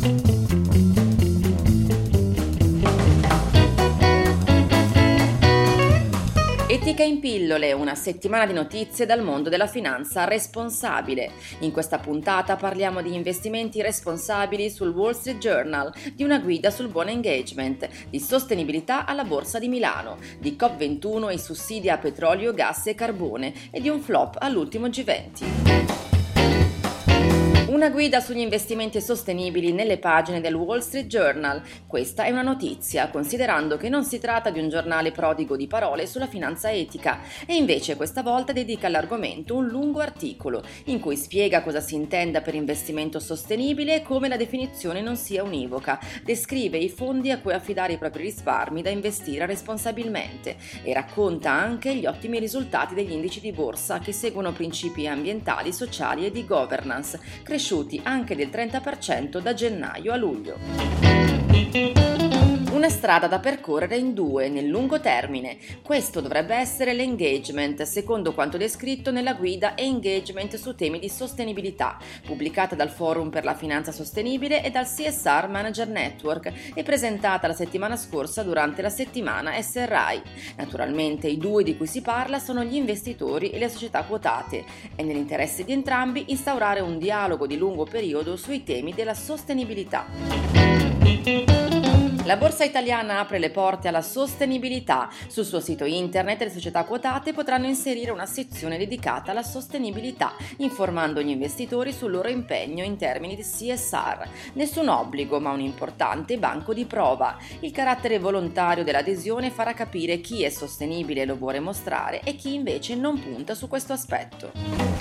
Etica in pillole, una settimana di notizie dal mondo della finanza responsabile. In questa puntata parliamo di investimenti responsabili sul Wall Street Journal, di una guida sul buon engagement, di sostenibilità alla Borsa di Milano, di COP21 e i sussidi a petrolio, gas e carbone e di un flop all'ultimo G20. Una guida sugli investimenti sostenibili nelle pagine del Wall Street Journal. Questa è una notizia, considerando che non si tratta di un giornale prodigo di parole sulla finanza etica, e invece questa volta dedica all'argomento un lungo articolo, in cui spiega cosa si intenda per investimento sostenibile e come la definizione non sia univoca, descrive i fondi a cui affidare i propri risparmi da investire responsabilmente e racconta anche gli ottimi risultati degli indici di borsa che seguono principi ambientali, sociali e di governance, cresciuti anche del 30% da gennaio a luglio. Una strada da percorrere in due, nel lungo termine. Questo dovrebbe essere l'engagement, secondo quanto descritto nella guida Engagement su temi di sostenibilità, pubblicata dal Forum per la Finanza Sostenibile e dal CSR Manager Network e presentata la settimana scorsa durante la settimana SRI. Naturalmente i due di cui si parla sono gli investitori e le società quotate. È nell'interesse di entrambi instaurare un dialogo di lungo periodo sui temi della sostenibilità. La borsa italiana apre le porte alla sostenibilità. Sul suo sito internet le società quotate potranno inserire una sezione dedicata alla sostenibilità, informando gli investitori sul loro impegno in termini di CSR. Nessun obbligo, ma un importante banco di prova. Il carattere volontario dell'adesione farà capire chi è sostenibile e lo vuole mostrare e chi invece non punta su questo aspetto.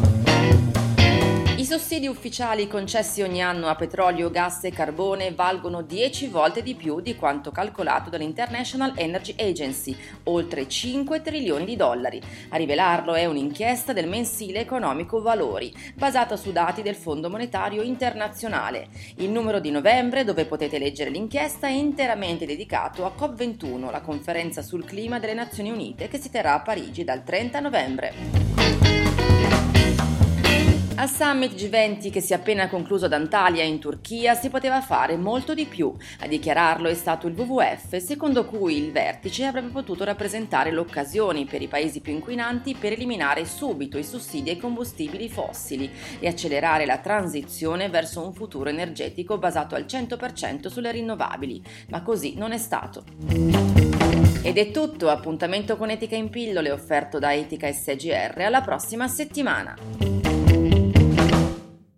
I sussidi ufficiali concessi ogni anno a petrolio, gas e carbone valgono 10 volte di più di quanto calcolato dall'International Energy Agency, oltre 5 trilioni di dollari. A rivelarlo è un'inchiesta del mensile economico Valori, basata su dati del Fondo Monetario Internazionale. Il numero di novembre, dove potete leggere l'inchiesta, è interamente dedicato a COP21, la conferenza sul clima delle Nazioni Unite che si terrà a Parigi dal 30 novembre. Al Summit G20 che si è appena concluso ad Antalya in Turchia si poteva fare molto di più. A dichiararlo è stato il WWF, secondo cui il vertice avrebbe potuto rappresentare l'occasione per i paesi più inquinanti per eliminare subito i sussidi ai combustibili fossili e accelerare la transizione verso un futuro energetico basato al 100% sulle rinnovabili. Ma così non è stato. Ed è tutto, appuntamento con Etica in pillole offerto da Etica SGR alla prossima settimana.